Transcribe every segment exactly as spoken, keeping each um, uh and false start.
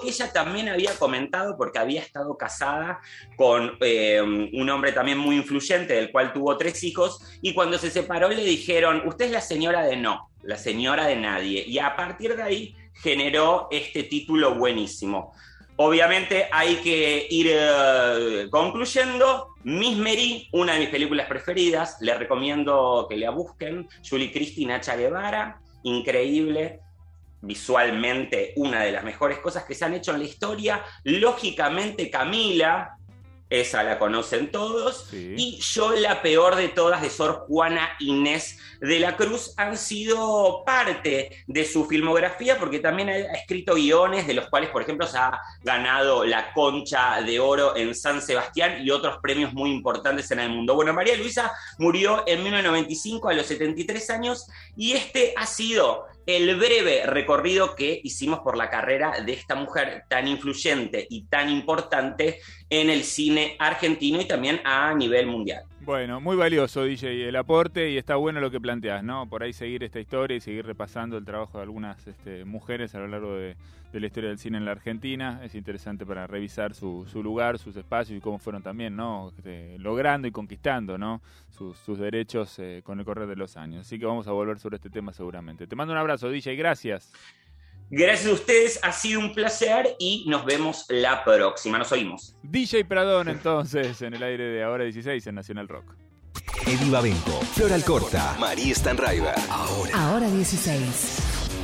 que ella también había comentado, porque había estado casada con eh, un hombre también muy influyente, del cual tuvo tres hijos, y cuando se separó le dijeron, usted es la señora de no, la señora de nadie, y a partir de ahí generó este título buenísimo. Obviamente hay que ir uh, concluyendo. Miss Mary, una de mis películas preferidas, les recomiendo que la busquen. Julie Christie y Nacha Guevara, increíble, visualmente una de las mejores cosas que se han hecho en la historia. Lógicamente Camila, esa la conocen todos, sí. Y Yo, la peor de todas, de Sor Juana Inés de la Cruz, han sido parte de su filmografía, porque también ha escrito guiones de los cuales, por ejemplo, se ha ganado la Concha de Oro en San Sebastián y otros premios muy importantes en el mundo. Bueno, María Luisa murió en mil novecientos noventa y cinco a los setenta y tres años, y este ha sido el breve recorrido que hicimos por la carrera de esta mujer tan influyente y tan importante en el cine argentino y también a nivel mundial. Bueno, muy valioso, D J, el aporte, y está bueno lo que planteas, ¿no? Por ahí seguir esta historia y seguir repasando el trabajo de algunas este, mujeres a lo largo de, de la historia del cine en la Argentina. Es interesante para revisar su, su lugar, sus espacios y cómo fueron también, ¿no? Este, logrando y conquistando, ¿no? Sus, sus derechos eh, con el correr de los años. Así que vamos a volver sobre este tema seguramente. Te mando un abrazo, D J, gracias. Gracias a ustedes, ha sido un placer y nos vemos la próxima, nos oímos. D J Pradón, entonces, en el aire de Ahora dieciséis en Nacional Rock. Eddie Babenco, Flor Alcorta, María Stanraiva. Ahora. Ahora dieciséis.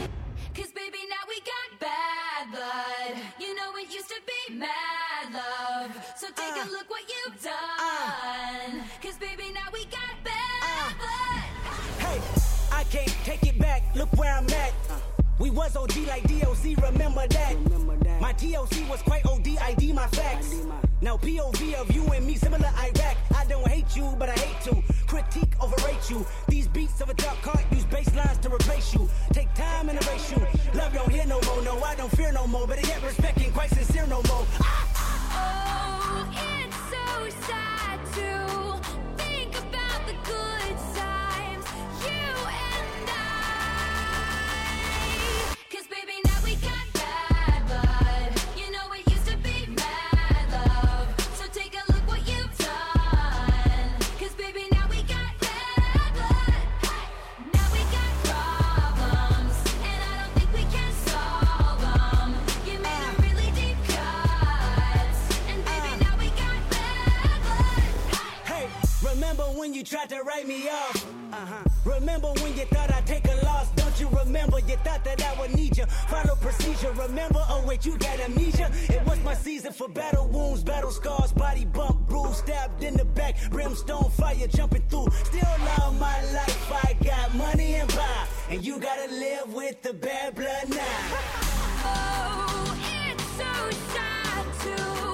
We was O G like D O C, remember that? remember that. My T L C was quite O D, I D my facts. My. Now P O V of you and me, similar Iraq. I don't hate you, but I hate to critique, overrate you. These beats of a dark can't use bass lines to replace you. Take time and erase you. Love don't hear no more, no, I don't fear no more. But I get respect ain't quite sincere no more. Ah. Oh, it's so sad to think about the good times. You and I. When you tried to write me off, uh-huh. Remember when you thought I'd take a loss? Don't you remember? You thought that I would need you. Follow procedure. Remember? Oh wait, you got amnesia. It was my season for battle wounds, battle scars, body bump, bruise, stabbed in the back, brimstone fire jumping through. Still love my life. I got money and power, and you gotta live with the bad blood now. Oh, it's so sad to.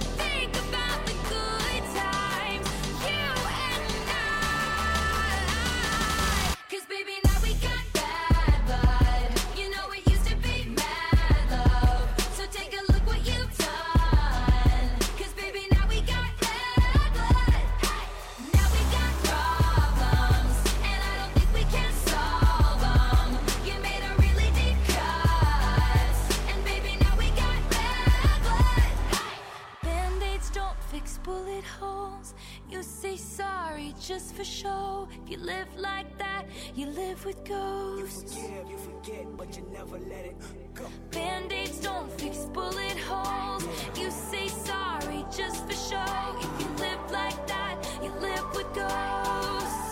Just for show, if you live like that, you live with ghosts. You forgive, you forget, but you never let it go. Band-aids don't fix bullet holes. You say sorry just for show. If you live like that, you live with ghosts.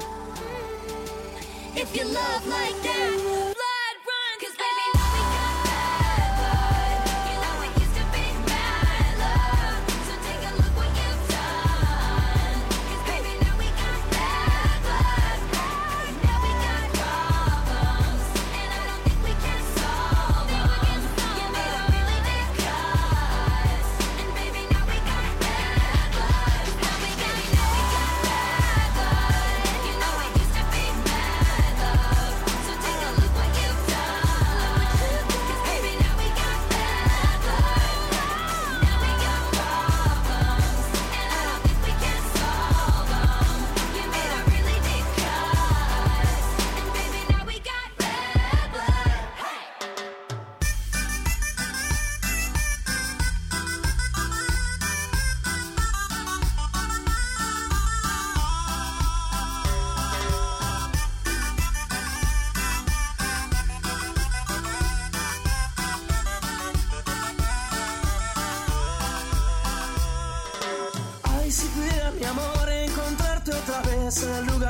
Mm. If you love like that. So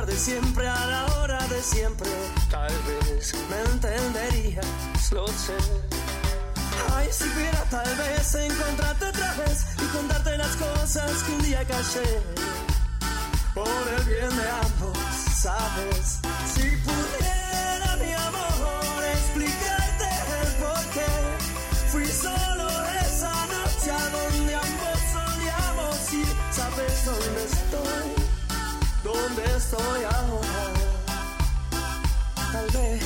lugar de siempre, a la hora de siempre. Tal vez me entenderías, lo sé. Ay, si pudiera tal vez encontrarte otra vez y contarte las cosas que un día callé. Por el bien de ambos, ¿sabes? Si pudiera, mi amor, explicarte el porqué. Fui solo esa noche a donde ambos solíamos ir. ¿Sabes dónde estoy? ¿Dónde estoy ahora? Tal vez.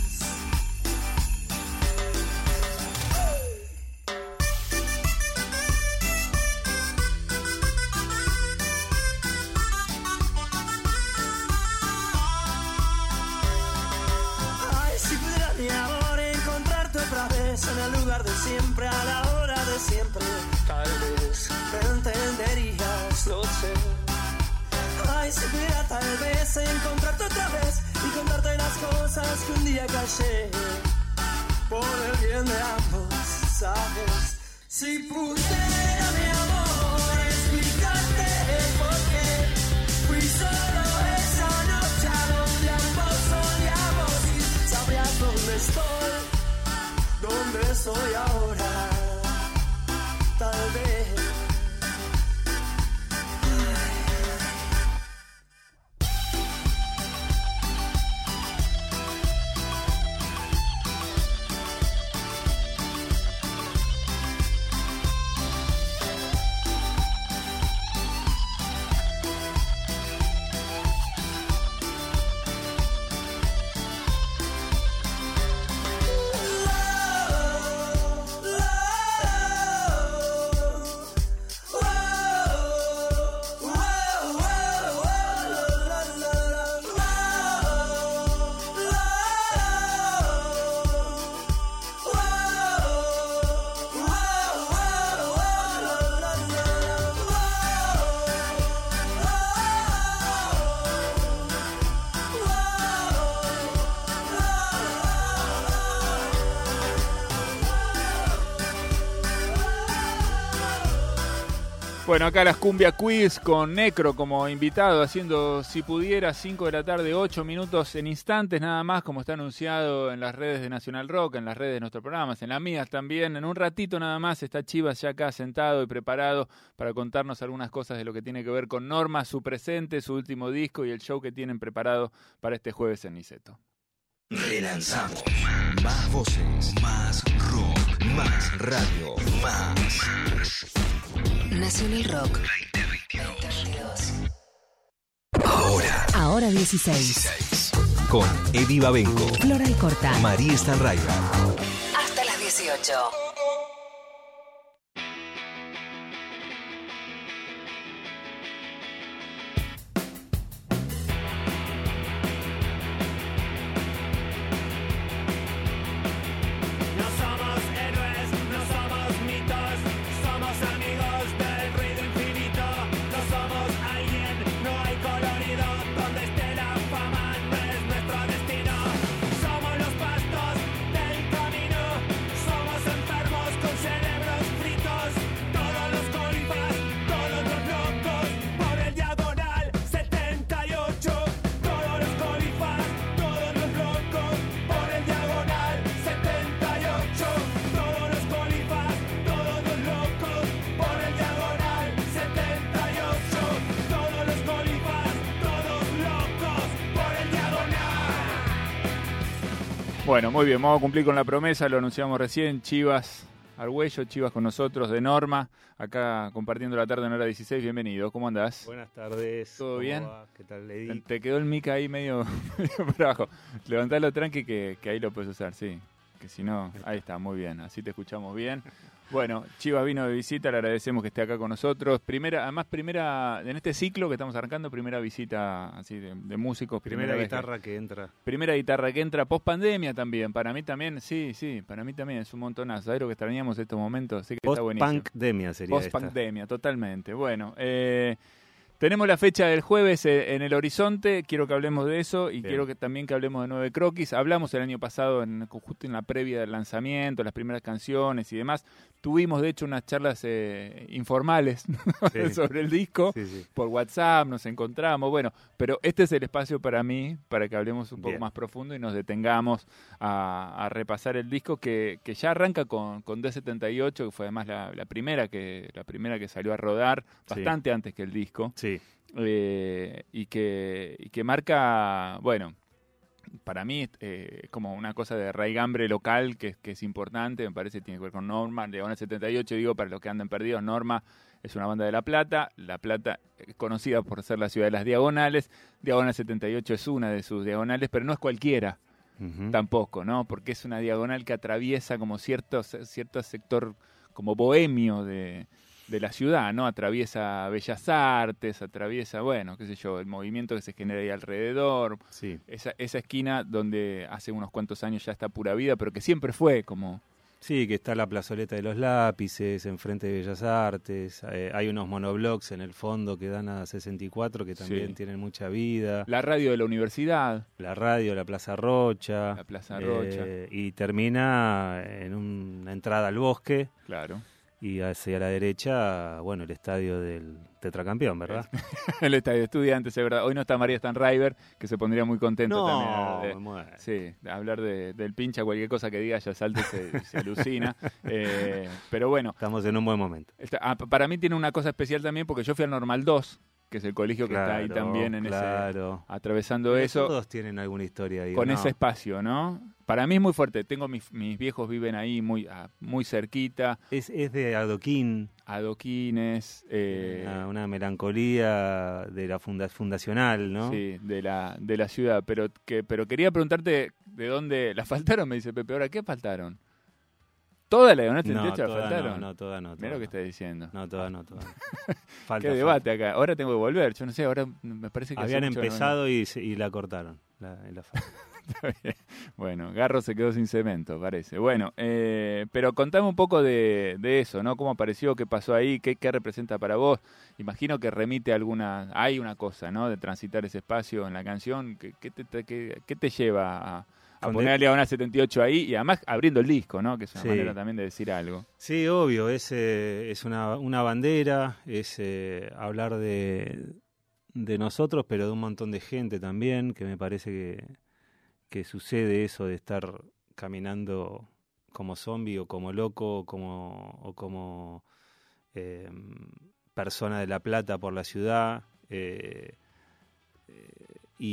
En el lugar de siempre, a la hora de siempre. Tal vez me entenderías, lo sé. Ay, si pudiera tal vez encontrarte otra vez y contarte las cosas que un día callé. Por el bien de ambos, ¿sabes? Si pudiera, mi amor, explicarte el porqué. Fui solo esa noche a donde ambos solíamos ir. Sabrías dónde estoy, ¿dónde estoy ahora? Tal vez. Bueno, acá las Cumbia Quiz con Necro como invitado, haciendo Si Pudiera, cinco de la tarde, ocho minutos en instantes nada más, como está anunciado en las redes de Nacional Rock, en las redes de nuestros programas, en las mías también. En un ratito nada más está Chivas ya acá sentado y preparado para contarnos algunas cosas de lo que tiene que ver con Norma, su presente, su último disco y el show que tienen preparado para este jueves en Niceto. Relanzamos. Más voces, más rock, más radio, más. Nacional Rock. veinte veintidós. Ahora. Ahora dieciséis. dieciséis. Con Eddie Babenco, Flora Alcorta, María Stanraiver. hasta las dieciocho. Bueno, muy bien, vamos a cumplir con la promesa, lo anunciamos recién, Chivas Argüello, Chivas con nosotros, de Norma, acá compartiendo la tarde en hora dieciséis, bienvenido, ¿cómo andás? Buenas tardes. ¿Todo bien? Va? ¿Qué tal, Lady? Te quedó el mic ahí medio, medio por abajo, levantalo tranqui que, que ahí lo puedes usar, sí, que si no, ahí está, muy bien, así te escuchamos bien. Bueno, Chivas vino de visita, le agradecemos que esté acá con nosotros. Primera, además primera, en este ciclo que estamos arrancando, primera visita así de, de músicos. Primera, primera guitarra que, que entra. Primera guitarra que entra post pandemia también. Para mí también, sí, sí, para mí también es un montonazo. ¿Sabes lo que extrañamos estos momentos? Así que está buenísimo. Post-pandemia sería Post-pandemia, totalmente. Bueno, eh, Tenemos la fecha del jueves eh, en el horizonte, quiero que hablemos de eso y Bien. quiero que también que hablemos de Nueve Croquis. Hablamos el año pasado en justo en la previa del lanzamiento, las primeras canciones y demás. Tuvimos de hecho unas charlas eh, informales Sí. sobre el disco Sí, sí. por WhatsApp, nos encontramos, bueno, pero este es el espacio para mí, para que hablemos un poco Bien. más profundo y nos detengamos a, a repasar el disco que, que ya arranca con, con D setenta y ocho, que fue además la, la primera que la primera que salió a rodar, Sí. bastante antes que el disco. Sí. Eh, y, que, y que marca, bueno, para mí eh, como una cosa de raigambre local que, que es importante, me parece que tiene que ver con Norma, Diagonal setenta y ocho, digo, para los que andan perdidos, Norma es una banda de La Plata, La Plata es conocida por ser la ciudad de las diagonales, Diagonal setenta y ocho es una de sus diagonales, pero no es cualquiera Ujú. tampoco, ¿no? Porque es una diagonal que atraviesa como cierto, cierto sector como bohemio de... de la ciudad, ¿no? Atraviesa Bellas Artes, atraviesa, bueno, qué sé yo, el movimiento que se genera ahí alrededor, Sí. esa, esa esquina donde hace unos cuantos años ya está Pura Vida, pero que siempre fue como... Sí, que está la plazoleta de los lápices, enfrente de Bellas Artes, eh, hay unos monoblocks en el fondo que dan a sesenta y cuatro que también Sí. tienen mucha vida, La radio de la universidad, la radio, la Plaza Rocha, la Plaza eh, Rocha, y termina en una entrada al bosque, claro. y hacia la derecha, bueno, el estadio del tetracampeón, ¿verdad? El estadio de estudiantes, es verdad. Hoy no está María Stanriver, que se pondría muy contenta No, también. de- me muero. Sí, de hablar de, del pincha, cualquier cosa que diga, ya salta y se, se alucina. Eh, pero bueno, Estamos en un buen momento. Está- ah, para mí tiene una cosa especial también porque yo fui al Normal dos, que es el colegio que está ahí Claro, también en ese, claro. atravesando Pero eso, Todos tienen alguna historia ahí. con ¿no? ese espacio, ¿no? Para mí es muy fuerte. Tengo mis, mis viejos viven ahí muy, ah, muy cerquita, Es, es de adoquín, adoquines, eh, una, una melancolía de la funda- fundacional, ¿no? sí, de la, de la ciudad. Pero que, pero quería preguntarte de dónde la faltaron, me dice Pepe. Ahora, ¿qué faltaron? ¿Toda la Diagonal setenta y No, ocho la toda faltaron? no, no, toda no. Mira toda lo que no. estás diciendo. No, toda no, toda no. Qué Falta, debate acá. Ahora tengo que volver. Yo no sé, ahora me parece que falta. hace Habían mucho que no vengo. empezado y, se- y la cortaron. La, la falta. Está bien. Bueno, Garro se quedó sin cemento, parece. Bueno, eh, pero contame un poco de, de eso, ¿no? ¿Cómo apareció? ¿Qué pasó ahí? ¿Qué, ¿Qué representa para vos? Imagino que remite a alguna... Hay una cosa, ¿no? De transitar ese espacio en la canción. ¿Qué, qué te, te- qué- qué te lleva a, a Con poner de- a Diagonal setenta y ocho ahí? Y además abriendo el disco, ¿no? Que es una Sí. manera también de decir algo. Sí, obvio, es, eh, es una, una bandera, es eh, hablar de, de nosotros, pero de un montón de gente también, que me parece que, que sucede eso de estar caminando como zombie o como loco o como, o como eh, persona de La Plata por la ciudad. eh, eh,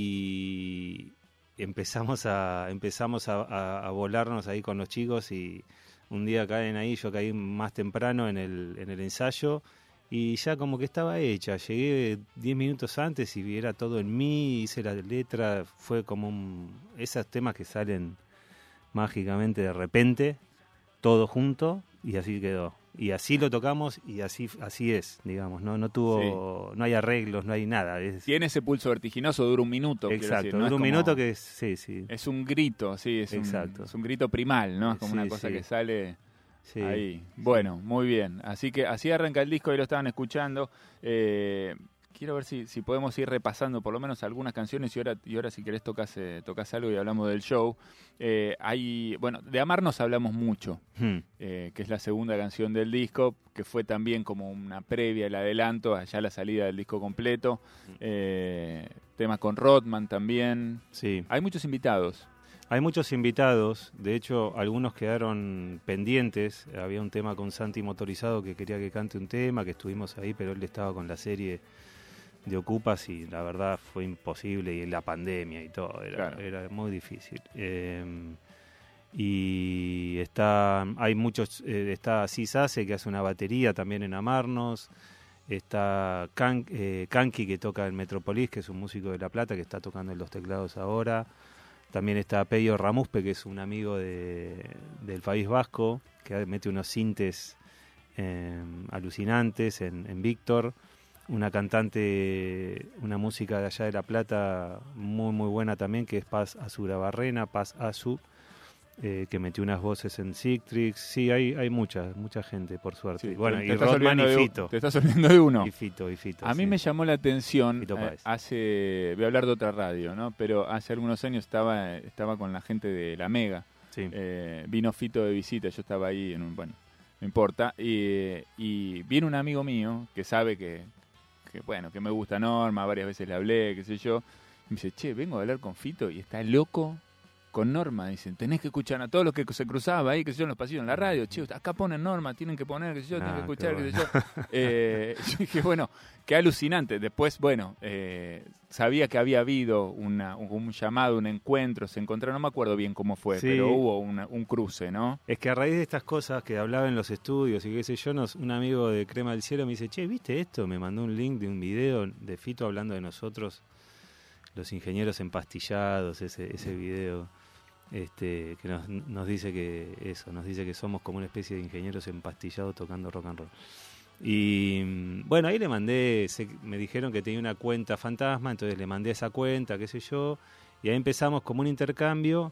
y empezamos a empezamos a, a- a volarnos ahí con los chicos y un día caen ahí, yo caí más temprano en el, en el ensayo y ya como que estaba hecha, llegué diez minutos antes y era todo en mí, hice la letra, fue como un, esos temas que salen mágicamente de repente, todo junto y así quedó. Y así lo tocamos y así así es, digamos, no no tuvo no hay arreglos, no hay nada, es Tiene ese pulso vertiginoso, dura un minuto. quiero exacto, decir, ¿no? dura Es un como- minuto que es, sí, sí. Es un grito, sí, es, Exacto. Un, es un grito primal, ¿no? Es como Sí, una cosa sí. que sale... Sí. Ahí. Bueno, muy bien. Así que así arranca el disco y lo estaban escuchando. Eh, quiero ver si, si podemos ir repasando por lo menos algunas canciones y ahora, y ahora si querés tocas, eh, tocas algo y hablamos del show. Eh, hay, bueno, de Amarnos hablamos mucho, Hmm. eh, que es la segunda canción del disco, que fue también como una previa, el adelanto, allá la salida del disco completo. Eh, temas con Rodman también. Sí. Hay muchos invitados. Hay muchos invitados, de hecho algunos quedaron pendientes, había un tema con Santi Motorizado que quería que cante un tema, que estuvimos ahí, pero él estaba con la serie de Ocupas y la verdad fue imposible y la pandemia y todo, era, Claro. era muy difícil. Eh, y está, hay muchos, eh, está Cisase que hace una batería también en Amarnos, está Kan- eh, Kanki que toca en Metropolis, que es un músico de La Plata que está tocando en los teclados ahora. También está Peyo Ramuspe, que es un amigo de, del País Vasco, que mete unos sintes eh, alucinantes en, en Víctor. Una cantante, una música de allá de La Plata muy muy buena también, que es Paz Azura Barrena, Paz Azu. eh, que metió unas voces en Citrix. Sí, hay hay mucha, mucha gente, por suerte. Sí, bueno, te y estás Rodman y olvidando de- Fito. Te estás olvidando de uno. Y Fito, y Fito. A mí sí. me llamó la atención, Fito eh, Páez. hace, voy a hablar de otra radio, ¿no? Pero hace algunos años estaba, estaba con la gente de La Mega. Sí. Eh, vino Fito de visita, yo estaba ahí en un, bueno, no importa. Y, y viene un amigo mío que sabe que, que, bueno, que me gusta Norma, varias veces le hablé, qué sé yo. Y me dice, che, vengo a hablar con Fito y está loco con Norma. Dicen, tenés que escuchar a todos los que se cruzaba ahí, que sé yo, en los pasillos, en la radio. Che, acá ponen Norma, tienen que poner, qué sé yo, Ah, tienen que qué escuchar, bueno. qué sé yo. Eh, yo dije, bueno, qué alucinante. Después, bueno, eh, sabía que había habido una, un, un llamado, un encuentro, se encontraron, no me acuerdo bien cómo fue, Sí. pero hubo una- un cruce, ¿no? Es que a raíz de estas cosas que hablaba en los estudios y qué sé yo, nos, un amigo de Crema del Cielo me dice, che, ¿viste esto? Me mandó un link de un video de Fito hablando de nosotros, los ingenieros empastillados, ese, ese video, este, que nos, nos dice que eso, nos dice que somos como una especie de ingenieros empastillados tocando rock and roll. Y mm, bueno, ahí le mandé, sé- me dijeron que tenía una cuenta fantasma, entonces le mandé esa cuenta, qué sé yo, y ahí empezamos como un intercambio.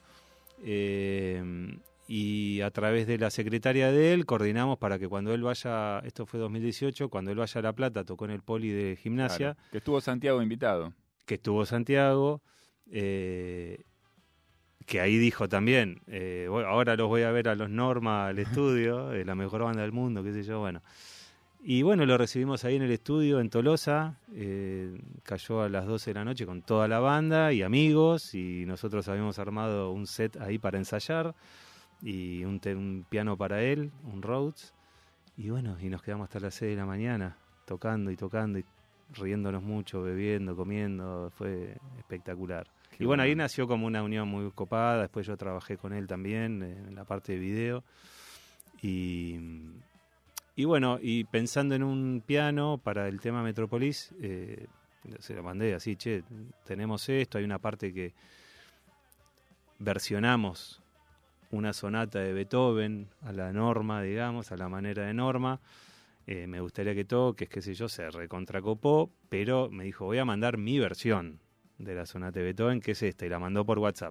Eh, y a través de la secretaria de él coordinamos para que cuando él vaya, esto fue dos mil dieciocho, cuando él vaya a La Plata, tocó en el Poli de Gimnasia, Claro, que estuvo Santiago invitado. que estuvo Santiago, eh, que ahí dijo también, eh, bueno, ahora los voy a ver a los Norma al estudio, eh, la mejor banda del mundo, qué sé yo, bueno. Y bueno, lo recibimos ahí en el estudio en Tolosa, eh, cayó a las doce de la noche con toda la banda y amigos, y nosotros habíamos armado un set ahí para ensayar, y un, te- un piano para él, un Rhodes, y bueno, y nos quedamos hasta las seis de la mañana, tocando y tocando, y riéndonos mucho, bebiendo, comiendo, fue espectacular. Qué y bueno, ahí bueno. nació como una unión muy copada, después yo trabajé con él también eh, en la parte de video, y... Y bueno, y pensando en un piano para el tema Metropolis, eh, se lo mandé así, che, tenemos esto, hay una parte que versionamos una sonata de Beethoven a la Norma, digamos, a la manera de Norma, eh, me gustaría que toques, qué sé yo, se recontracopó, pero me dijo, voy a mandar mi versión de la sonata de Beethoven, que es esta, y la mandó por WhatsApp.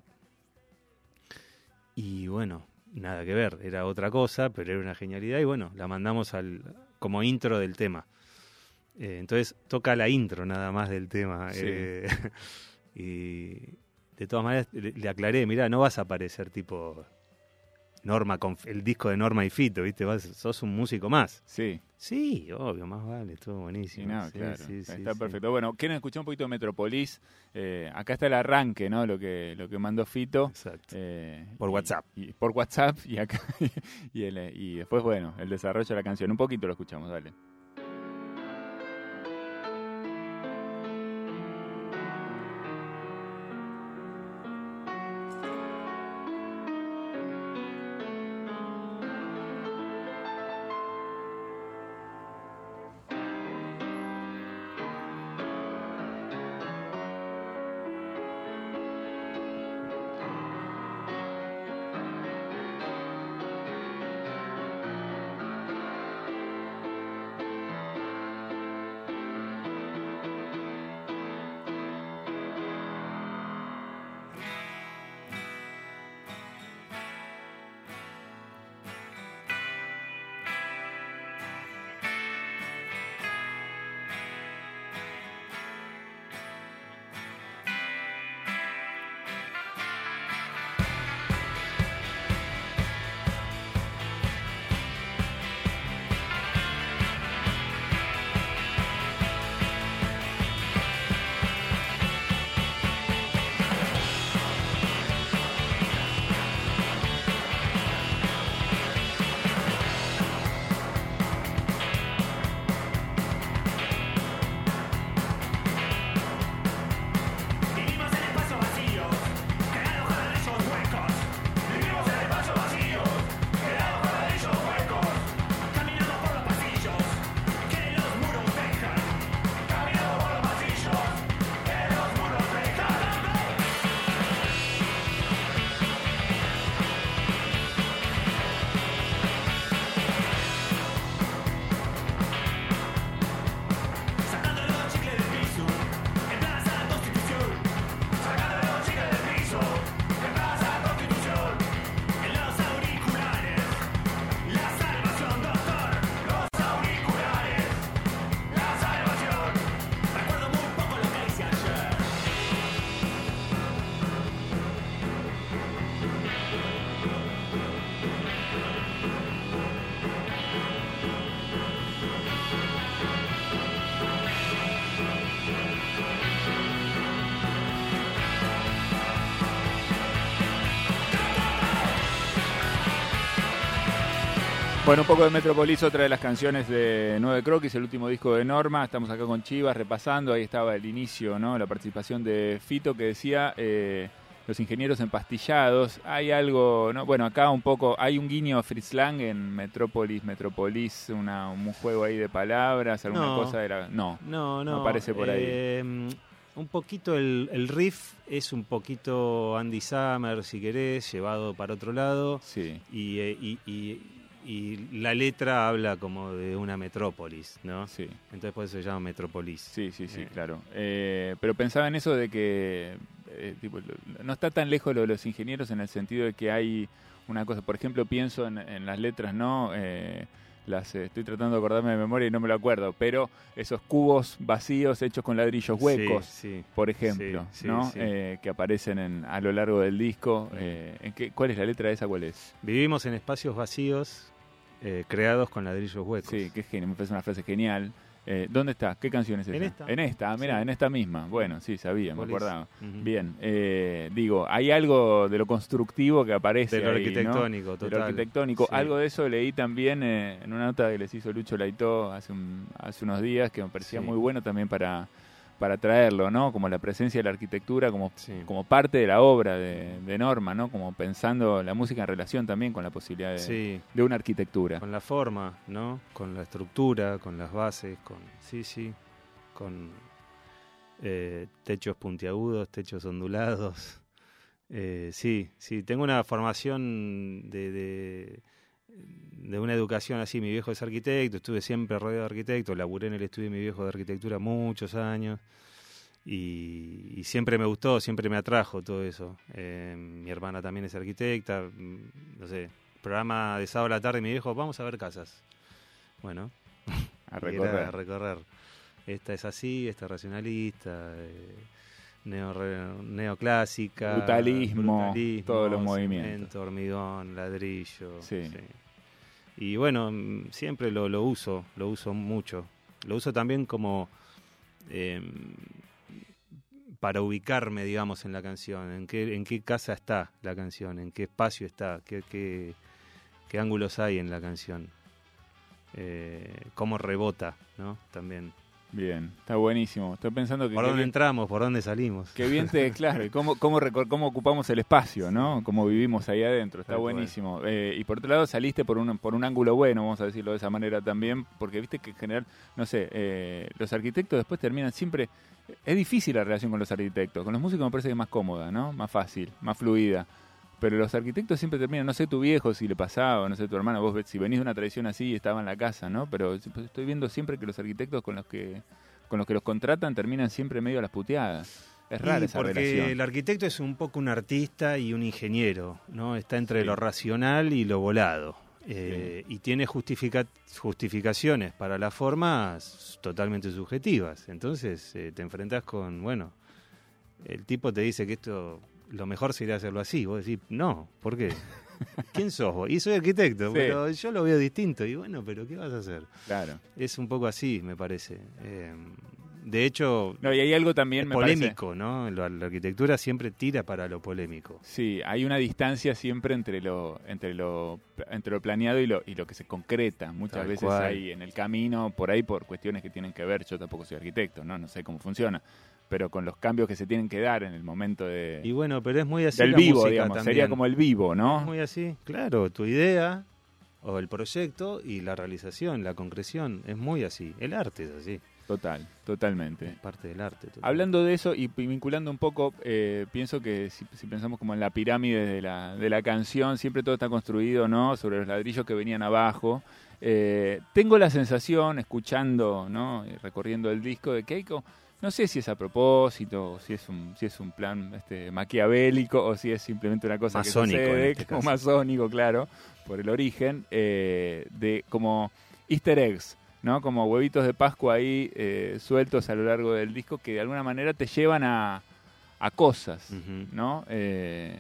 Y bueno, nada que ver, era otra cosa, pero era una genialidad y bueno, la mandamos al como intro del tema. Eh, entonces toca la intro nada más del tema. Sí. Eh, y de todas maneras le, le aclaré, mirá, no vas a aparecer tipo Norma con el disco de Norma y Fito, ¿viste? Vas, sos un músico más. Sí, Sí, obvio, más vale, estuvo sí, buenísimo. no, Sí, claro. sí, sí, está sí. perfecto. Bueno, quieren escuchar un poquito de Metropolis. Eh, acá está el arranque, ¿no? Lo que, lo que mandó Fito. Exacto. Eh, Por y- WhatsApp. Y, por WhatsApp y acá y, el- y después, bueno, el desarrollo de la canción. Un poquito lo escuchamos, dale. Thank Bueno, un poco de Metropolis, otra de las canciones de Nueve Croquis, el último disco de Norma. Estamos acá con Chivas repasando, ahí estaba el inicio, ¿no? La participación de Fito que decía eh, los ingenieros empastillados. Hay algo, ¿no? Bueno, acá un poco, hay un guiño a Fritz Lang en Metrópolis, Metropolis, una, un juego ahí de palabras, alguna No. cosa era. No, No, no. no aparece por ahí. Eh, un poquito el, el riff es un poquito Andy Summer, si querés, llevado para otro lado. Sí. Y, eh, y, y, y la letra habla como de una metrópolis, ¿no? Sí. Entonces por eso se llama Metropolis. Sí, sí, sí, Eh. claro. Eh, pero pensaba en eso de que eh, tipo, lo- no está tan lejos lo de los ingenieros en el sentido de que hay una cosa, por ejemplo, pienso en, en las letras, ¿no? Eh, las eh, estoy tratando de acordarme de memoria y no me lo acuerdo, pero esos cubos vacíos hechos con ladrillos huecos, Sí, sí. por ejemplo, Sí, sí, ¿no? sí. Eh, que aparecen en, a lo largo del disco. Eh, ¿en qué, ¿Cuál es la letra de esa? ¿Cuál es? Vivimos en espacios vacíos eh, creados con ladrillos huecos. Sí, que es genial, me parece una frase genial. Eh, ¿Dónde está? ¿Qué canción es esa? En esta. En esta, ah, mirá, Sí. en esta misma. Bueno, sí, sabía, me Polis. acordaba. Ujú. Bien, eh, digo, hay algo de lo constructivo que aparece De lo ahí, ¿no? arquitectónico, De total. lo arquitectónico. Sí. Algo de eso leí también eh, en una nota que les hizo Lucho Laitó hace, un- hace unos días, que me parecía Sí. muy bueno también para, para traerlo, ¿no? Como la presencia de la arquitectura como, Sí. como parte de la obra de, de Norma, ¿no? Como pensando la música en relación también con la posibilidad de, Sí. de una arquitectura. Con la forma, ¿no? Con la estructura, con las bases, con sí, sí, con eh, techos puntiagudos, techos ondulados. Eh, sí, sí, tengo una formación de, de, de una educación así. Mi viejo es arquitecto, estuve siempre rodeado de arquitectos, laburé en el estudio de mi viejo de arquitectura muchos años y, y siempre me gustó, siempre me atrajo todo eso. Eh, mi hermana también es arquitecta, mm, no sé, programa de sábado a la tarde, mi viejo, vamos a ver casas. Bueno, A y recorrer. era a recorrer. Esta es así, esta es racionalista, eh, neo, re- neoclásica, Brutalismo, todos los cemento, movimientos. hormigón, ladrillo. Sí. Y bueno, mm, siempre lo, lo uso, lo uso mucho. Lo uso también como eh, para ubicarme, digamos, en la canción, en qué, en qué casa está la canción, en qué espacio está, qué, qué, qué ángulos hay en la canción, eh, cómo rebota, ¿no? También. Bien, está buenísimo. Estoy pensando que... ¿Por qué dónde bien- entramos? ¿Por dónde salimos? Qué bien te, claro, y cómo, cómo, recor- cómo ocupamos el espacio, ¿no? Cómo vivimos ahí adentro, está Tal cual. buenísimo. Eh, y por otro lado saliste por un, por un ángulo bueno, vamos a decirlo de esa manera también, porque viste que en general, no sé, eh, los arquitectos después terminan siempre... Es difícil la relación con los arquitectos, con los músicos me parece que es más cómoda, ¿no? Más fácil, más fluida. Pero los arquitectos siempre terminan, no sé tu viejo si le pasaba, no sé tu hermano, vos ves, si venís de una tradición así y estaba en la casa, ¿no? Pero estoy viendo siempre que los arquitectos con los que con los que los contratan terminan siempre medio a las puteadas. Es rara Y esa porque relación. el arquitecto es un poco un artista y un ingeniero, ¿no? Está entre Sí. lo racional y lo volado. Eh, Y tiene justifica- justificaciones para las formas totalmente subjetivas. Entonces eh, te enfrentas con, bueno, el tipo te dice que esto, lo mejor sería hacerlo así. Vos decís, no, ¿por qué? ¿Quién sos vos? Y soy arquitecto, Sí. pero yo lo veo distinto. Y bueno, pero ¿qué vas a hacer? Claro. Es un poco así, me parece. Eh, de hecho, No, y hay algo también, es me parece... polémico, ¿no? La, la arquitectura siempre tira para lo polémico. Sí, hay una distancia siempre entre lo entre lo entre lo planeado y lo y lo que se concreta. Muchas Tal veces cual. hay en el camino, por ahí por cuestiones que tienen que ver, yo tampoco soy arquitecto, no, no sé cómo funciona, pero con los cambios que se tienen que dar en el momento de Y bueno, pero es muy así del la vivo, música digamos, también. sería como el vivo, Es ¿no? muy así, claro, tu idea o el proyecto y la realización, la concreción, es muy así. El arte es así, Total, totalmente. es parte del arte. total. Hablando de eso y y vinculando un poco, eh, pienso que si, si pensamos como en la pirámide de la, de la canción, siempre todo está construido, ¿no? Sobre los ladrillos que venían abajo. Eh, tengo la sensación, escuchando, ¿no? Y recorriendo el disco, de que hay co- no sé si es a propósito, o si es un, si es un plan este, maquiavélico, o si es simplemente una cosa Masónico, que en sucede, este como caso. masónico, claro, por el origen, eh, de como easter eggs, ¿no? Como huevitos de Pascua ahí eh, sueltos a lo largo del disco que de alguna manera te llevan a, a cosas, Ujú. ¿no? Eh,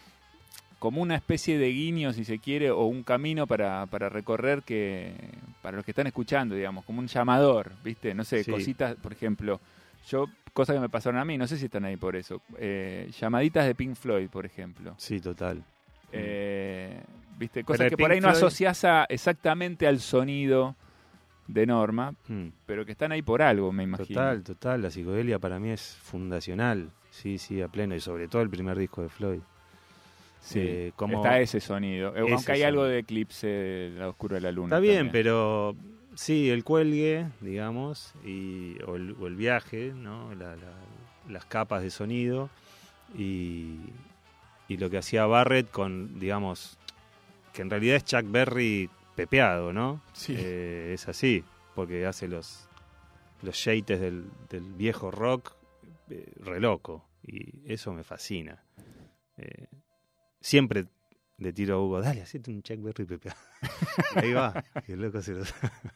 como una especie de guiño, si se quiere, o un camino para, para recorrer que para los que están escuchando, digamos, como un llamador, ¿viste? No sé, Sí. cositas, por ejemplo, yo, cosas que me pasaron a mí, no sé si están ahí por eso, eh, llamaditas de Pink Floyd, por ejemplo. Sí, total. Eh, ¿viste? Cosas Pero que Pink por ahí no Floyd- asociás a, exactamente al sonido de Norma, Mm. pero que están ahí por algo, me imagino. Total, total. La psicodelia para mí es fundacional. Sí, sí, a pleno. Y sobre todo el primer disco de Floyd. Sí, Eh, como- está ese sonido. Eh, ese Aunque hay algo sonido. de Eclipse, de La Oscura de la Luna. Está bien, también. pero sí, el cuelgue, digamos, y, o, el, o el viaje, ¿no? La- la- las capas de sonido y, y lo que hacía Barrett con, digamos, que en realidad es Chuck Berry pepeado, ¿no? Sí. Eh, es así, porque hace los, los shades del, del viejo rock eh, re loco, y eso me fascina. Eh, siempre le tiro a Hugo, dale, hacete un Chuck Berry pepeado. Y ahí va, y el loco se lo...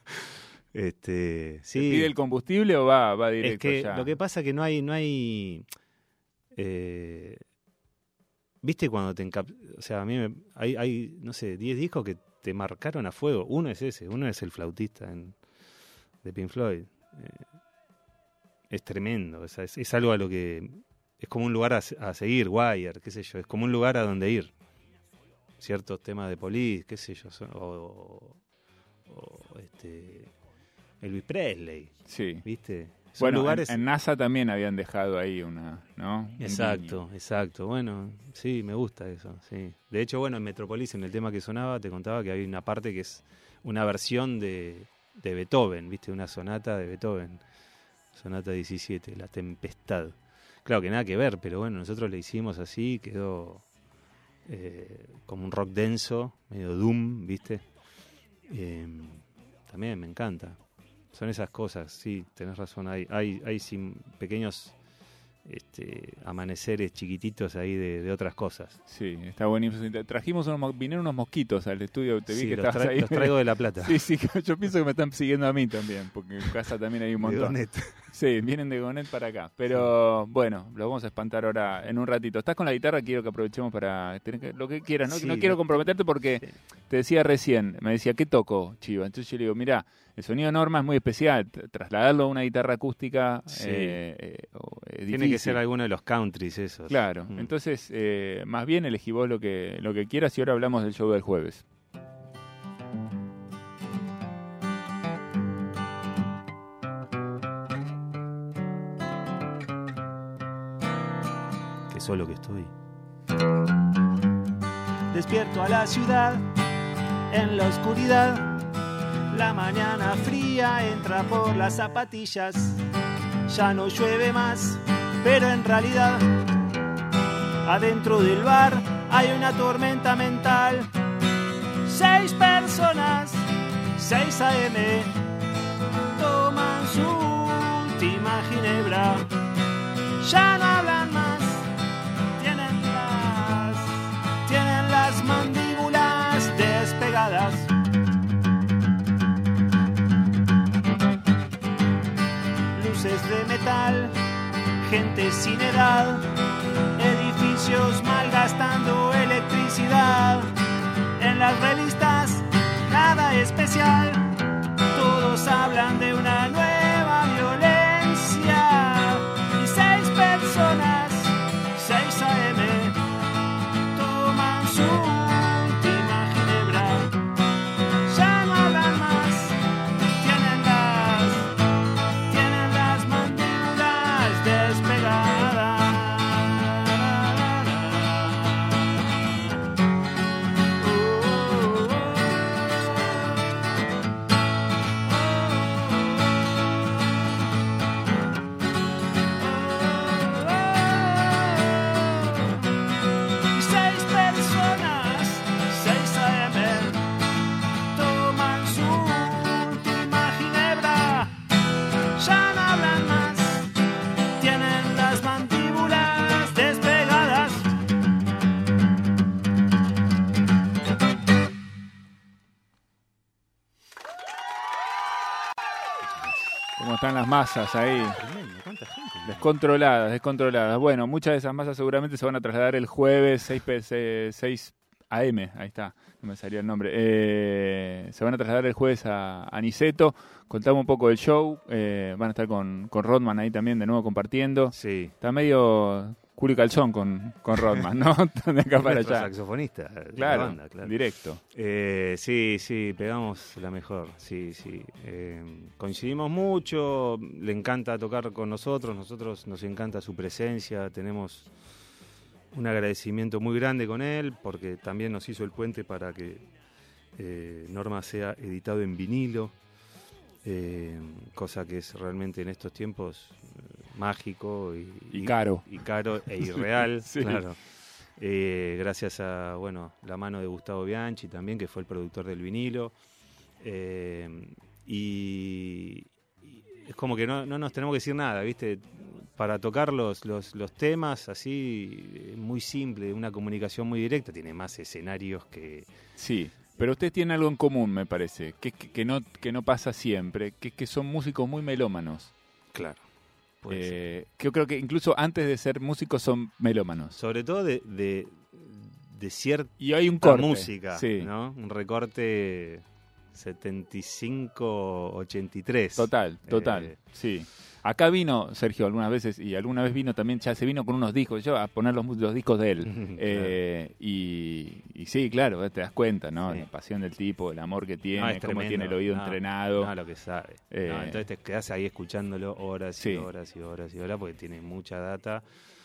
este, ¿Se sí. pide el combustible o va, va Es directo que ya? lo que pasa que no hay, no hay, eh, viste cuando te encap, o sea, a mí me, hay, hay, no sé, diez discos que te marcaron a fuego. Uno es ese, uno es el flautista en, de Pink Floyd. Eh, es tremendo, o sea, es, es algo a lo que es como un lugar a, a seguir, Wire, qué sé yo, es como un lugar a donde ir. Ciertos temas de Police, qué sé yo, son- o, o este Elvis Presley, Sí. ¿viste? Son Bueno, lugares. en, en NASA también habían dejado ahí una, ¿no? Un Exacto, guiño. exacto. Bueno, sí, me gusta eso, sí. De hecho, bueno, en Metropolis, en el tema que sonaba, te contaba que hay una parte que es una versión de, de Beethoven, ¿viste? Una sonata de Beethoven, sonata diecisiete, La Tempestad. Claro que nada que ver, pero bueno, nosotros le hicimos así, quedó eh, como un rock denso, medio doom, ¿viste? Eh, también me encanta. Son esas cosas, sí, tenés razón. Hay, hay, hay sim- pequeños este, amaneceres chiquititos ahí de, de otras cosas. Sí, está buenísimo. Trajimos unos, mo- vinieron unos mosquitos al estudio, te vi Sí, que los, estabas tra- ahí. los traigo de La Plata. Sí, sí, yo pienso que me están siguiendo a mí también, porque en casa también hay un De montón. Gonet. Sí, vienen de Gonet para acá. Pero bueno, lo vamos a espantar ahora en un ratito. ¿Estás con la guitarra? Quiero que aprovechemos para tener que- lo que quieras, ¿no? Sí, no quiero lo- comprometerte porque Sí. te decía recién, me decía, ¿qué toco, Chiva? Entonces yo le digo, mira, el sonido de Norma es muy especial. T- Trasladarlo a una guitarra acústica Sí. eh, eh, o- es Tiene que difícil. ser alguno de los countries esos. Claro, Mm. entonces eh, más bien elegí vos lo que, lo que quieras y ahora hablamos del show del jueves. Qué solo que estoy. Despierto a la ciudad en la oscuridad. La mañana fría entra por las zapatillas. Ya no llueve más, pero en realidad adentro del bar hay una tormenta mental. Seis personas, seis a eme, toman su última ginebra. Ya no hablan más, tienen las, tienen las mandíbulas despegadas. Luces de metal, gente sin edad, edificios malgastando electricidad. En las revistas, nada especial, todos hablan de una nueva violencia. Y seis personas, seis a eme, toman su última ginebra. Ya no hablan más, tienen las, tienen las mandíbulas despegadas. Oh, oh, oh. Y seis personas, seis a eme, toman su última ginebra. Ya no hablan más, tienen las mandíbulas despegadas. ¿Cómo están las masas ahí? Tremendo, ¿cuánta gente? Descontroladas, descontroladas. Bueno, muchas de esas masas seguramente se van a trasladar el jueves seis, pe- se- seis a eme, ahí está, no me salía el nombre. Eh, se van a trasladar el jueves a, a Niceto. Contamos un poco del show. Eh, van a estar con, con Rodman ahí también de nuevo compartiendo. Sí. Está medio Julio Calzón con, con Rodman, ¿no? De acá para Nuestro allá. saxofonista de Claro, la banda, claro. directo. Eh, sí, sí, pegamos la mejor, sí, sí. Eh, coincidimos mucho, le encanta tocar con nosotros, nosotros nos encanta su presencia, tenemos un agradecimiento muy grande con él, porque también nos hizo el puente para que eh, Norma sea editado en vinilo, eh, cosa que es realmente en estos tiempos eh, mágico y, Y caro. y caro e irreal, Sí. claro. Eh, gracias a bueno la mano de Gustavo Bianchi también, que fue el productor del vinilo. Eh, y, y es como que no, no nos tenemos que decir nada, ¿viste? Para tocar los, los, los temas así, eh, muy simple, una comunicación muy directa, tiene más escenarios que... Sí, pero ustedes tienen algo en común, me parece, que, que, que, no, que no pasa siempre, que, que son músicos muy melómanos. Claro. Eh, que yo creo que incluso antes de ser músicos son melómanos. Sobre todo de, de, de cierta Y hay un corte, música, sí. ¿no? Un recorte setenta y cinco ochenta y tres. Total, total, Eh, sí. Acá vino Sergio algunas veces y alguna vez vino también, ya se vino con unos discos, yo a poner los, los discos de él. Claro. eh, y, y sí, claro, te das cuenta, ¿no? Sí. La pasión del tipo, el amor que tiene, No, es cómo tremendo. tiene el oído No, entrenado. No, lo que sabe. Eh, No, entonces te quedas ahí escuchándolo horas Sí. y horas y horas y horas porque tiene mucha data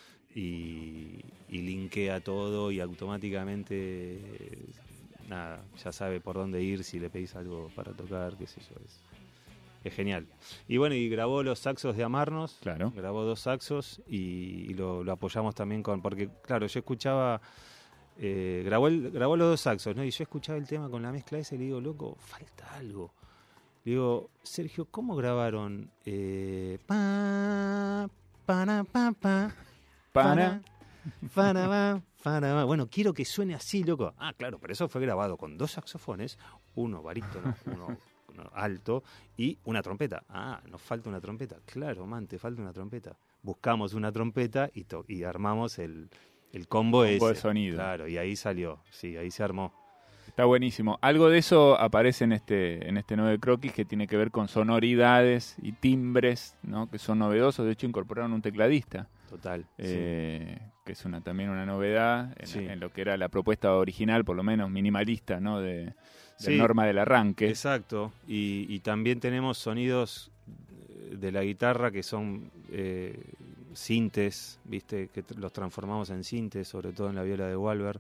y, y linkea todo y automáticamente nada, ya sabe por dónde ir si le pedís algo para tocar, qué sé yo. Es, es genial. Y bueno, y grabó los saxos de Amarnos. Claro. Grabó dos saxos y, y lo, lo apoyamos también con... Porque, claro, yo escuchaba... Eh, grabó, el, grabó los dos saxos, ¿no? Y yo escuchaba el tema con la mezcla esa y le digo, loco, falta algo. Le digo, Sergio, ¿cómo grabaron? Eh, pa, para, pa, pa, Para. para, pa, para, pa. Bueno, quiero que suene así, loco. Ah, claro, pero eso fue grabado con dos saxofones, uno barítono, uno, uno alto y una trompeta. Ah, nos falta una trompeta. Claro, man, te falta una trompeta. Buscamos una trompeta y, to- y armamos el, el combo ese. Combo de sonido. Claro, y ahí salió, sí, ahí se armó. Está buenísimo. Algo de eso aparece en este en este nueve croquis que tiene que ver con sonoridades y timbres, ¿no? Que son novedosos. De hecho, incorporaron un tecladista, Total. eh, que es una también una novedad en, Sí. en lo que era la propuesta original, por lo menos minimalista, ¿no? De, de Sí. Norma del Arranque. Exacto, y, y también tenemos sonidos de la guitarra que son eh, sintes, ¿viste? Que t- los transformamos en sintes, sobre todo en la viola de Walber,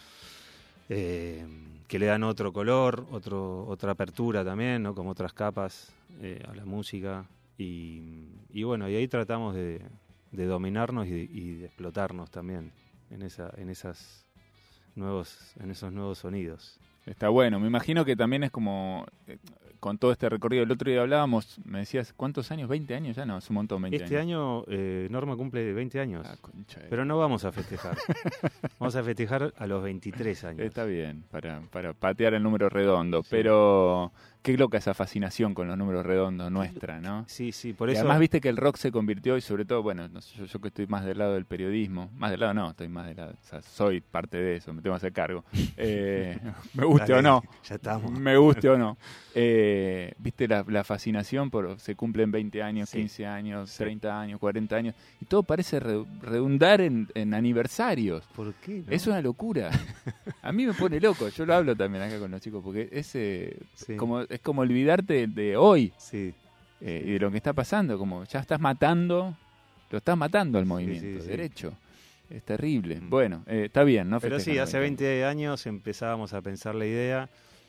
eh, que le dan otro color, otro, otra apertura también, ¿no? Como otras capas eh, a la música. Y, y bueno, y ahí tratamos de, de dominarnos y de, y de explotarnos también en, esa, en, esas nuevos, en esos nuevos sonidos. Está bueno. Me imagino que también es como eh, con todo este recorrido. El otro día hablábamos, me decías, ¿cuántos años? ¿veinte años ya? No, es un montón, veinte Este años. año eh, Norma cumple veinte años, Ah, concha de- pero no vamos a festejar. Vamos a festejar a los veintitrés años. Está bien, para, para patear el número redondo. Sí. Pero qué loca esa fascinación con los números redondos nuestra, ¿no? Sí, sí, por Y eso... además viste que el rock se convirtió, y sobre todo, bueno, no sé, yo, yo que estoy más del lado del periodismo, más del lado no, estoy más del lado, o sea, soy parte de eso, me tengo que hacer cargo. Eh, me guste Dale, o no, Ya estamos. me guste o no. Eh, viste la, la fascinación por, se cumplen veinte años, Sí. quince años, Sí. treinta años, cuarenta años, y todo parece re- redundar en, en aniversarios. ¿Por qué? no? Es una locura. A mí me pone loco. Yo lo hablo también acá con los chicos porque es, eh, Sí. como, es como olvidarte de hoy Sí, eh, y de lo que está pasando. Como ya estás matando, lo estás matando al movimiento, sí, sí. derecho. Es terrible. Mm. Bueno, eh, está bien, ¿no? pero sí, Festejan hace los veinte veinte años empezábamos a pensar la idea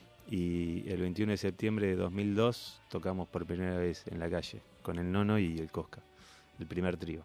y el veintiuno de septiembre de dos mil dos tocamos por primera vez en la calle con el Nono y el Cosca, el primer trío.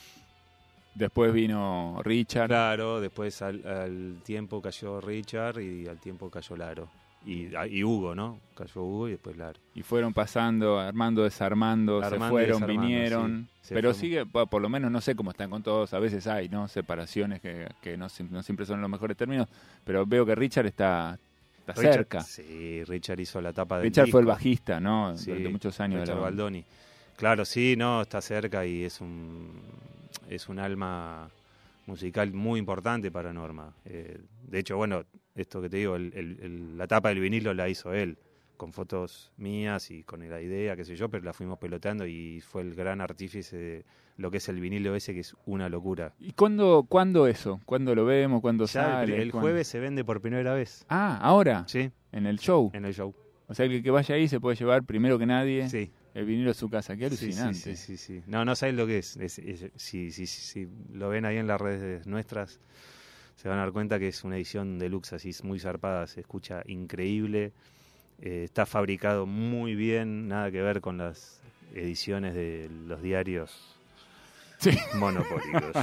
Después vino Richard. Claro, después al, al tiempo cayó Richard y al tiempo cayó Laro. Y, y Hugo, ¿no? Cayó Hugo y después Laro. Y fueron pasando, armando, desarmando, se Armando y fueron, desarmando, vinieron. sí. Se Pero fue- sigue, po- por lo menos no sé cómo están con todos. A veces hay, ¿no? Separaciones que, que no, sim- no siempre son los mejores términos. Pero veo que Richard está, está Richard- cerca. Sí, Richard hizo la tapa del Richard fue el disco. bajista, ¿no? Sí, Durante muchos años. de Richard la banda. Baldoni. Claro, sí, no, está cerca y es un es un alma musical muy importante para Norma. Eh, de hecho, bueno, esto que te digo, el- el- el- la tapa del vinilo la hizo él. con fotos mías y con la idea, qué sé yo, pero la fuimos pelotando y fue el gran artífice de lo que es el vinilo ese, que es una locura. ¿Y cuándo, cuándo eso? ¿Cuándo lo vemos? ¿Cuándo Ya sale? el, el ¿Cuándo? jueves se vende por primera vez. Ah, ¿ahora? Sí, ¿En el show? en el show. O sea, que el que vaya ahí se puede llevar primero que nadie Sí. el vinilo a su casa. Qué Sí, sí, alucinante. Sí, sí, sí. No, no sabes lo que es. es, es si, si, si, si lo ven ahí en las redes nuestras, se van a dar cuenta que es una edición deluxe, así muy zarpada, se escucha increíble. Eh, está fabricado muy bien, nada que ver con las ediciones de los diarios Sí. monopólicos.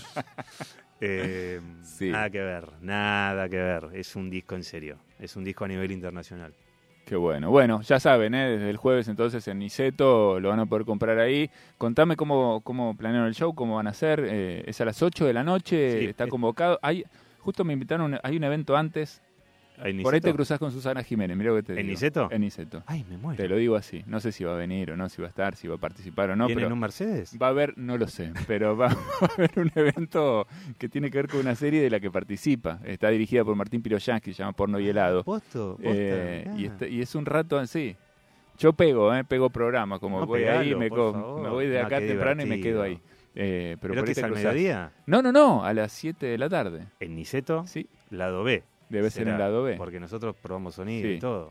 Eh, Sí. Nada que ver, nada que ver. Es un disco en serio, es un disco a nivel internacional. Qué bueno. Bueno, ya saben, ¿eh? Desde el jueves entonces en Niceto lo van a poder comprar ahí. Contame cómo, cómo planearon el show, cómo van a hacer. Eh, es a las ocho de la noche, Sí, está es- convocado. Hay, justo me invitaron, hay un evento antes. ¿En Por ahí te Niceto? cruzás con Susana Jiménez, mira lo que te ¿En digo. Niceto? En Niceto. Ay, me muero. Te lo digo así. No sé si va a venir o no, si va a estar, si va a participar o no. ¿Viene Pero en un Mercedes? va a haber, no lo sé, pero va, va a haber un evento que tiene que ver con una serie de la que participa. Está dirigida por Martín Piroyansky, se llama Porno y Helado. ¿Posto? Eh, Posta, y, mirá. está- y es un rato así. Yo pego, eh, pego programa, como No, voy pegalo, ahí, me, por co- favor. me voy de No, acá qué temprano y me quedo ahí. divertido. Eh, pero ¿Pero por que ahí es te al cruzás. mediodía? No, no, no, a las siete de la tarde. ¿En Niceto? Sí, Lado B. debe ser será, en lado B. Porque nosotros probamos sonido Sí. y todo.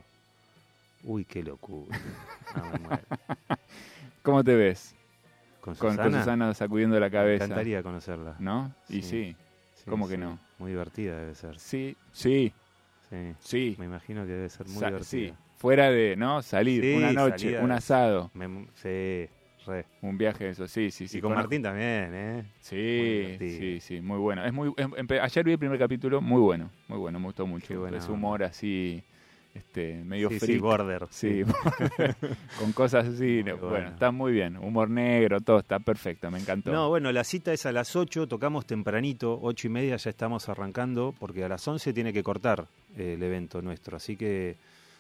Uy, qué locura. No, me muero. ¿Cómo te ves? ¿Con Con Susana? con Susana sacudiendo la Me cabeza. encantaría conocerla. ¿No? Y Sí. sí, Sí, ¿cómo que sí. no? Muy divertida debe ser. sí, sí, Sí. sí. Me imagino que debe ser muy Sa- divertida. sí. Fuera de, ¿no? Salir, Sí, una noche, salida. un asado, Me- sí, re. un viaje, eso, sí, sí, sí. y con conozco- Martín también, ¿eh? Muy Sí, divertido. sí, sí, muy bueno. Es muy, em- empe- ayer vi el primer capítulo, muy bueno, muy bueno, me gustó mucho. Qué buena Ese onda. humor así, este, medio Sí, sí, freak. border. Sí, con cosas así. Muy no, bueno. bueno, está muy bien. Humor negro, todo está perfecto, me encantó. No, bueno, la cita es a las ocho, tocamos tempranito, ocho y media ya estamos arrancando, porque a las once tiene que cortar eh, el evento nuestro, así que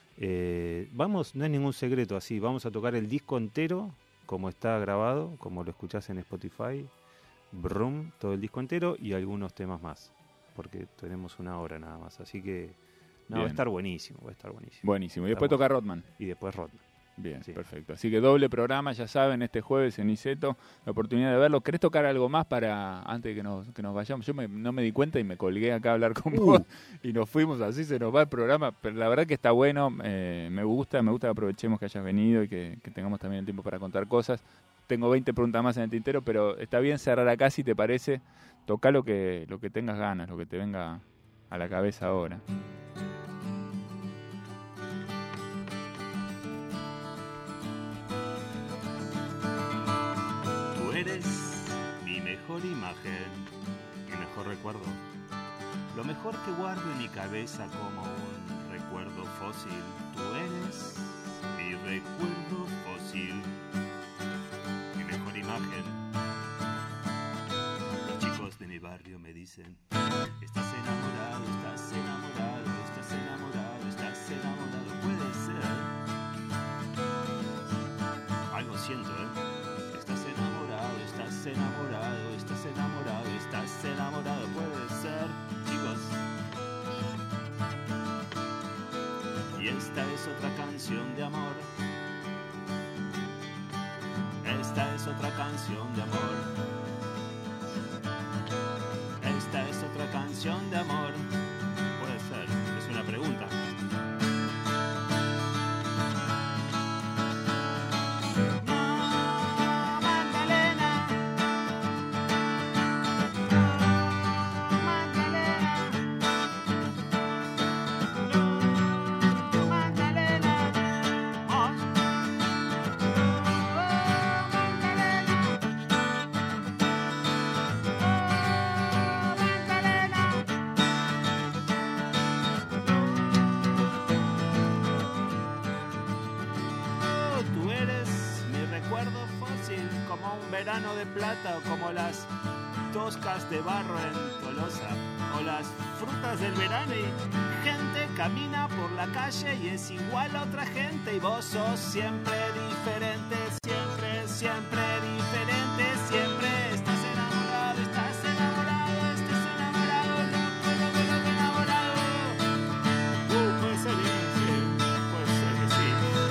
eh, vamos, no es ningún secreto así, vamos a tocar el disco entero, como está grabado, como lo escuchás en Spotify, brum, todo el disco entero y algunos temas más, porque tenemos una hora nada más, así que no, va Bien. a estar buenísimo, va a estar buenísimo. Buenísimo. Y después Estamos- toca Rodman. Y después Rodman. Bien, Sí. perfecto. Así que doble programa, ya saben, este jueves en Niceto, la oportunidad de verlo. ¿Querés tocar algo más para antes de que nos, que nos vayamos? Yo me- no me di cuenta y me colgué acá a hablar con Uh. vos y nos fuimos, así se nos va el programa. Pero la verdad que está bueno, eh, me gusta, me gusta que aprovechemos que hayas venido y que, que tengamos también el tiempo para contar cosas. Tengo veinte preguntas más en el tintero, pero está bien cerrar acá si te parece. Toca lo que, lo que tengas ganas, lo que te venga a la cabeza ahora. Tú eres mi mejor imagen, mi mejor recuerdo. Lo mejor que guardo en mi cabeza como un recuerdo fósil. Tú eres mi recuerdo fósil, mi mejor imagen. Los chicos de mi barrio me dicen: estás enamorado, estás enamorado, estás enamorado, estás enamorado. Puede ser. Algo siento, ¿eh? Estás enamorado, estás enamorado, estás enamorado, estás enamorado. Puede ser, chicos. Y esta es otra canción de amor. Esta es otra canción de amor. Esta es otra canción de amor. Puede ser, es una pregunta. Tú eres mi recuerdo fósil, como un verano de plata o como las toscas de barro en Tolosa, o las frutas del verano. Y gente camina por la calle y es igual a otra gente, y vos sos siempre diferente, siempre, siempre diferente, siempre estás enamorado, estás enamorado, estás enamorado, loco, loco, loco, enamorado. Uh, puede ser, sí, puede ser que sí.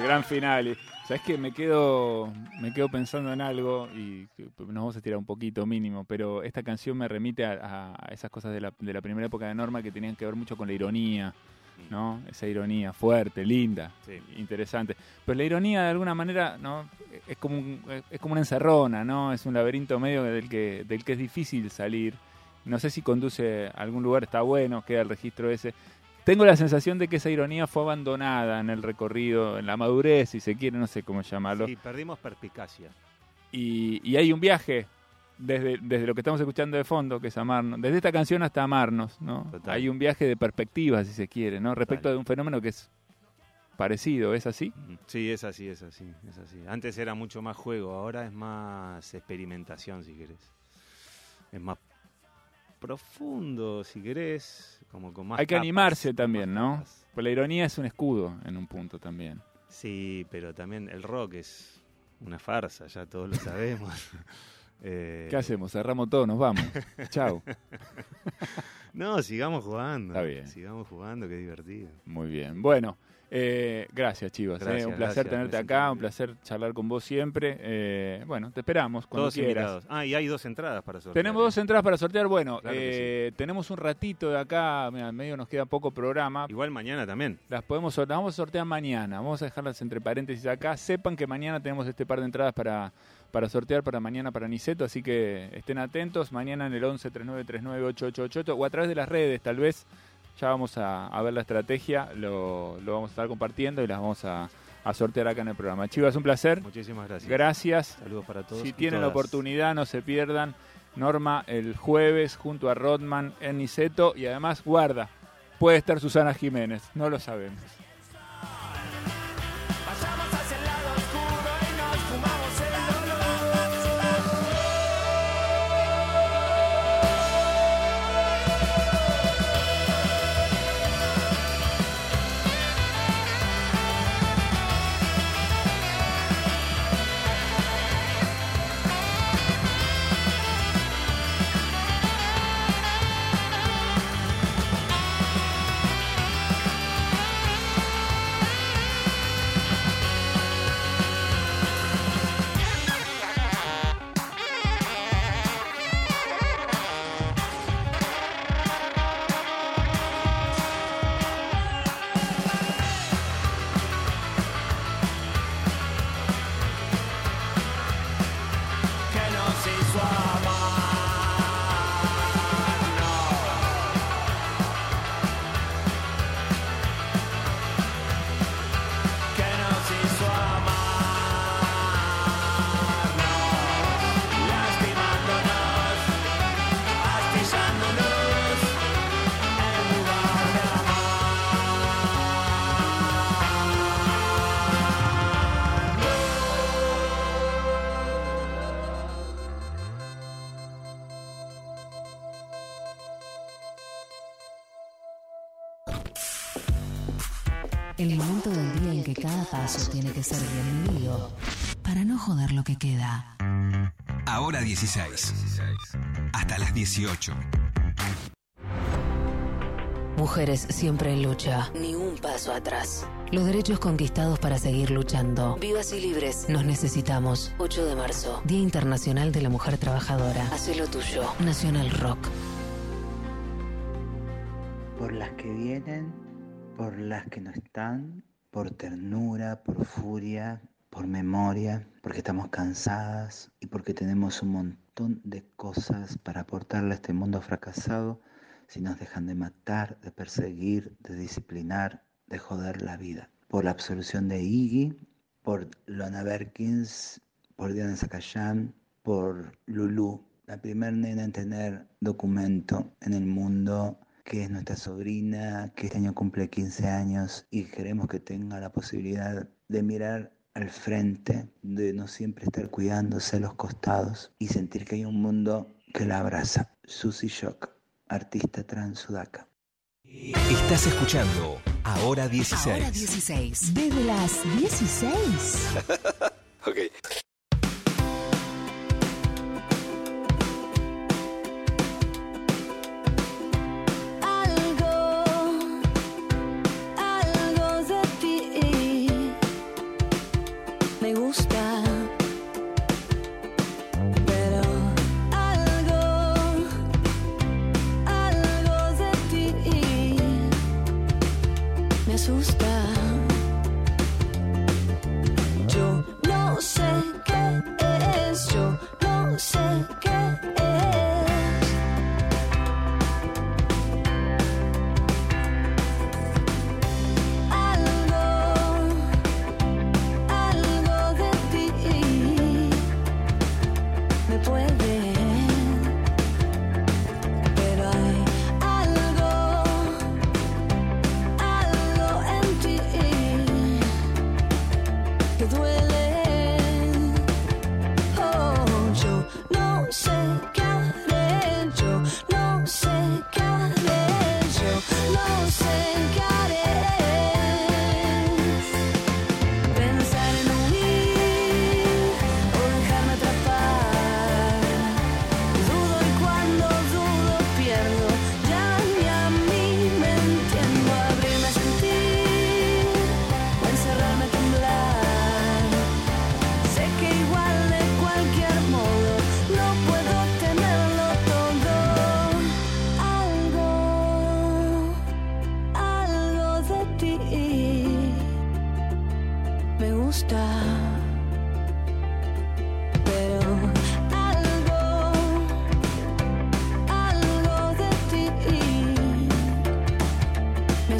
gran final. Y, ¿sabes qué? Me quedo, me quedo pensando en algo y nos vamos a tirar un poquito mínimo, pero esta canción me remite a, a esas cosas de la, de la primera época de Norma que tenían que ver mucho con la ironía, ¿no? Esa ironía fuerte, linda, sí. Interesante. Pero la ironía de alguna manera, ¿no? Es como un, es como una encerrona, ¿no? Es un laberinto medio del que, del que es difícil salir. No sé si conduce a algún lugar, está bueno, queda el registro ese. Tengo la sensación de que esa ironía fue abandonada en el recorrido, en la madurez, si se quiere, no sé cómo llamarlo. Sí, perdimos perspicacia. Y, y hay un viaje desde, desde lo que estamos escuchando de fondo, que es amarnos, desde esta canción hasta amarnos, ¿no? Total. Hay un viaje de perspectiva, si se quiere, ¿no? Respecto Total. de un fenómeno que es parecido, ¿es así? Sí, es así, es así, es así. Antes era mucho más juego, ahora es más experimentación, si querés. Es más profundo, si querés, como con más hay que capas, animarse también, ¿no? Capas. Pues la ironía es un escudo en un punto también. Sí, pero también el rock es una farsa, ya todos lo sabemos. eh... ¿Qué hacemos? Cerramos todo, nos vamos. Chau. No, sigamos jugando. Está bien. Sigamos jugando, qué divertido. Muy bien. Bueno, eh, gracias, Chivas. Gracias, eh, un placer gracias, tenerte acá, un placer charlar con vos siempre. Eh, bueno, te esperamos cuando Todos quieras. Invitados. Ah, y hay dos entradas para sortear. Tenemos dos entradas para sortear. Bueno, claro eh, sí. tenemos un ratito de acá, mira, medio nos queda poco programa. Igual mañana también. Las podemos las vamos a sortear mañana. Vamos a dejarlas entre paréntesis acá. Sepan que mañana tenemos este par de entradas para, para sortear para mañana para Niceto, así que estén atentos. Mañana en el once treinta y nueve treinta y nueve ocho ocho ocho o a través de las redes, tal vez. Ya vamos a, a ver la estrategia, lo, lo vamos a estar compartiendo y las vamos a, a sortear acá en el programa. Chivas, un placer. Muchísimas gracias. Gracias. Saludos para todos. Si tienen la oportunidad, no se pierdan Norma el jueves junto a Rodman en Niceto. Y además, guarda, puede estar Susana Jiménez, no lo sabemos. El momento del día en que cada paso tiene que ser bienvenido para no joder lo que queda. Ahora dieciséis. Hasta las dieciocho. Mujeres siempre en lucha, ni un paso atrás. Los derechos conquistados para seguir luchando. Vivas y libres, nos necesitamos. ocho de marzo, Día Internacional de la Mujer Trabajadora. Hacé lo tuyo. Nacional Rock. Por las que vienen, por las que no están, por ternura, por furia, por memoria, porque estamos cansadas y porque tenemos un montón de cosas para aportarle a este mundo fracasado si nos dejan de matar, de perseguir, de disciplinar, de joder la vida. Por la absolución de Iggy, por Lona Berkins, por Diana Zacayán, por Lulú, la primer nena en tener documento en el mundo, que es nuestra sobrina, que este año cumple quince años y queremos que tenga la posibilidad de mirar al frente, de no siempre estar cuidándose a los costados y sentir que hay un mundo que la abraza. Susie Shock, artista trans sudaca. Estás escuchando Ahora dieciséis. Ahora dieciséis. Desde las dieciséis. Ok. Algo, algo de ti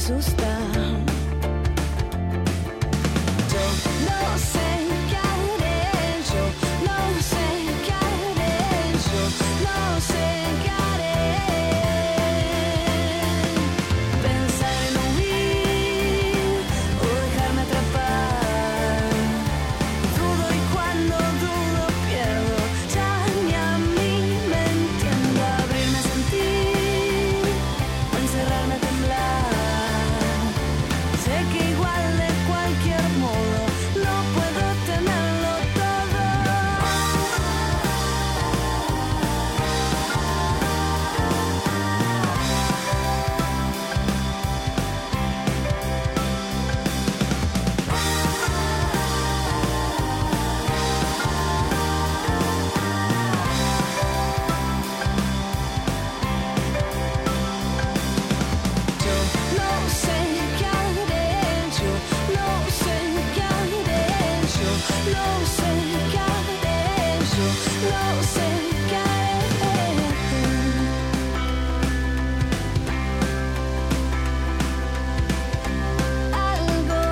asusta. Yo no sé qué haré, yo no sé qué haré, yo no sé qué haré. Pensar en huir o dejarme atrapar. Dudo y cuando dudo pierdo, ya ni a mí me entiendo. Abrirme a sentir o encerrarme a temblar. Sé que igual de cualquier modo no puedo tenerlo todo. Yo no sé qué haré, yo no sé qué haré, yo no sé qué haré, yo no sé qué haré. Algo,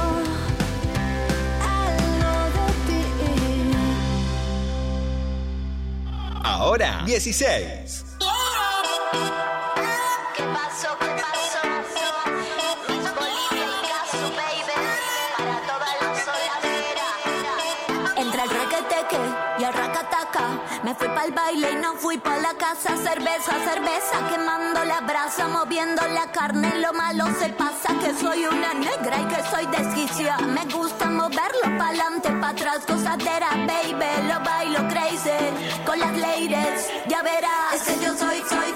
algo de ti. Ahora dieciséis. ¿Qué pasó? ¿Qué pasó? Miss Bolivia y Casu, baby. Para todas las soladeras. Entre el requeteque y el racataca, me fui pa'l baile y no fui pa' la casa. Cerveza, cerveza, quemando la brasa, moviendo la carne. Lo malo se pasa, que soy una negra y que soy desquicia. Me gusta moverlo pa'lante, pa' atrás, gozadera, baby. Lo bailo crazy, con las ladies, ya verás. Es que yo soy, soy,